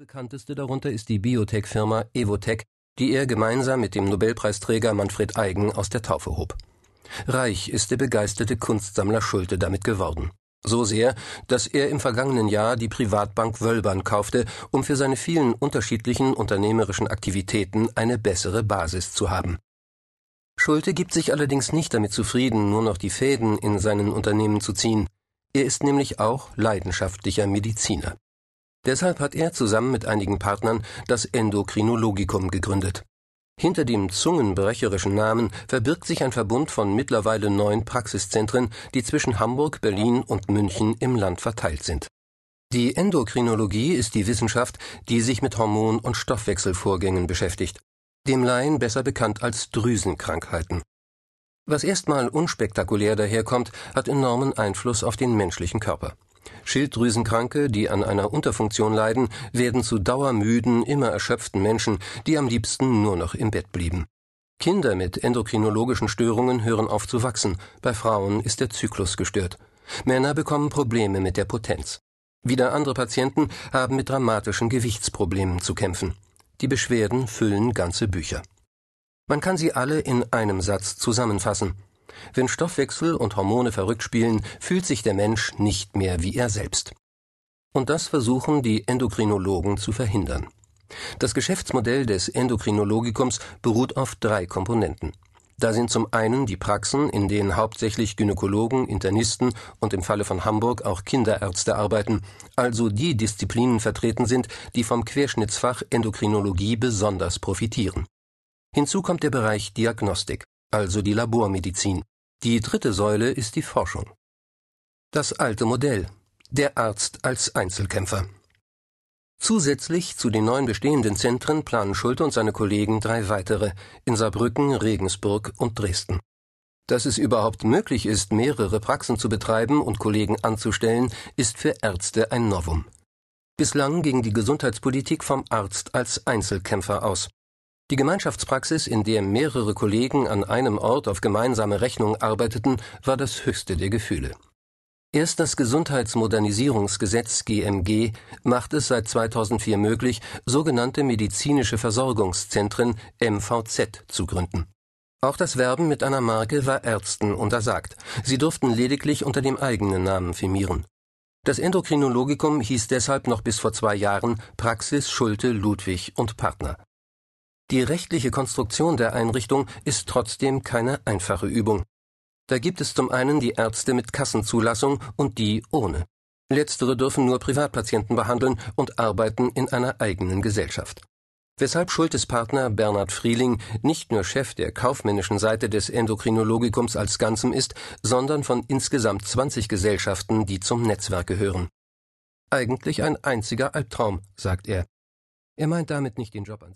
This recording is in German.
Bekannteste darunter ist die Biotech-Firma Evotec, die er gemeinsam mit dem Nobelpreisträger Manfred Eigen aus der Taufe hob. Reich ist der begeisterte Kunstsammler Schulte damit geworden. So sehr, dass er im vergangenen Jahr die Privatbank Wölbern kaufte, um für seine vielen unterschiedlichen unternehmerischen Aktivitäten eine bessere Basis zu haben. Schulte gibt sich allerdings nicht damit zufrieden, nur noch die Fäden in seinen Unternehmen zu ziehen. Er ist nämlich auch leidenschaftlicher Mediziner. Deshalb hat er zusammen mit einigen Partnern das Endokrinologikum gegründet. Hinter dem zungenbrecherischen Namen verbirgt sich ein Verbund von mittlerweile 9 Praxiszentren, die zwischen Hamburg, Berlin und München im Land verteilt sind. Die Endokrinologie ist die Wissenschaft, die sich mit Hormon- und Stoffwechselvorgängen beschäftigt, dem Laien besser bekannt als Drüsenkrankheiten. Was erstmal unspektakulär daherkommt, hat enormen Einfluss auf den menschlichen Körper. Schilddrüsenkranke, die an einer Unterfunktion leiden, werden zu dauermüden, immer erschöpften Menschen, die am liebsten nur noch im Bett blieben. Kinder mit endokrinologischen Störungen hören auf zu wachsen, bei Frauen ist der Zyklus gestört. Männer bekommen Probleme mit der Potenz. Wieder andere Patienten haben mit dramatischen Gewichtsproblemen zu kämpfen. Die Beschwerden füllen ganze Bücher. Man kann sie alle in einem Satz zusammenfassen. Wenn Stoffwechsel und Hormone verrückt spielen, fühlt sich der Mensch nicht mehr wie er selbst. Und das versuchen die Endokrinologen zu verhindern. Das Geschäftsmodell des Endokrinologikums beruht auf 3 Komponenten. Da sind zum einen die Praxen, in denen hauptsächlich Gynäkologen, Internisten und im Falle von Hamburg auch Kinderärzte arbeiten, also die Disziplinen vertreten sind, die vom Querschnittsfach Endokrinologie besonders profitieren. Hinzu kommt der Bereich Diagnostik, also die Labormedizin. Die 3. Säule ist die Forschung. Das alte Modell: der Arzt als Einzelkämpfer. Zusätzlich zu den 9 bestehenden Zentren planen Schulte und seine Kollegen 3 weitere in Saarbrücken, Regensburg und Dresden. Dass es überhaupt möglich ist, mehrere Praxen zu betreiben und Kollegen anzustellen, ist für Ärzte ein Novum. Bislang ging die Gesundheitspolitik vom Arzt als Einzelkämpfer aus. Die Gemeinschaftspraxis, in der mehrere Kollegen an einem Ort auf gemeinsame Rechnung arbeiteten, war das höchste der Gefühle. Erst das Gesundheitsmodernisierungsgesetz GMG macht es seit 2004 möglich, sogenannte medizinische Versorgungszentren MVZ zu gründen. Auch das Werben mit einer Marke war Ärzten untersagt. Sie durften lediglich unter dem eigenen Namen firmieren. Das Endokrinologikum hieß deshalb noch bis vor 2 Jahren Praxis Schulte, Ludwig und Partner. Die rechtliche Konstruktion der Einrichtung ist trotzdem keine einfache Übung. Da gibt es zum einen die Ärzte mit Kassenzulassung und die ohne. Letztere dürfen nur Privatpatienten behandeln und arbeiten in einer eigenen Gesellschaft. Weshalb Schultes Partner Bernhard Frieling nicht nur Chef der kaufmännischen Seite des Endokrinologikums als Ganzem ist, sondern von insgesamt 20 Gesellschaften, die zum Netzwerk gehören. Eigentlich ein einziger Albtraum, sagt er. Er meint damit nicht den Job an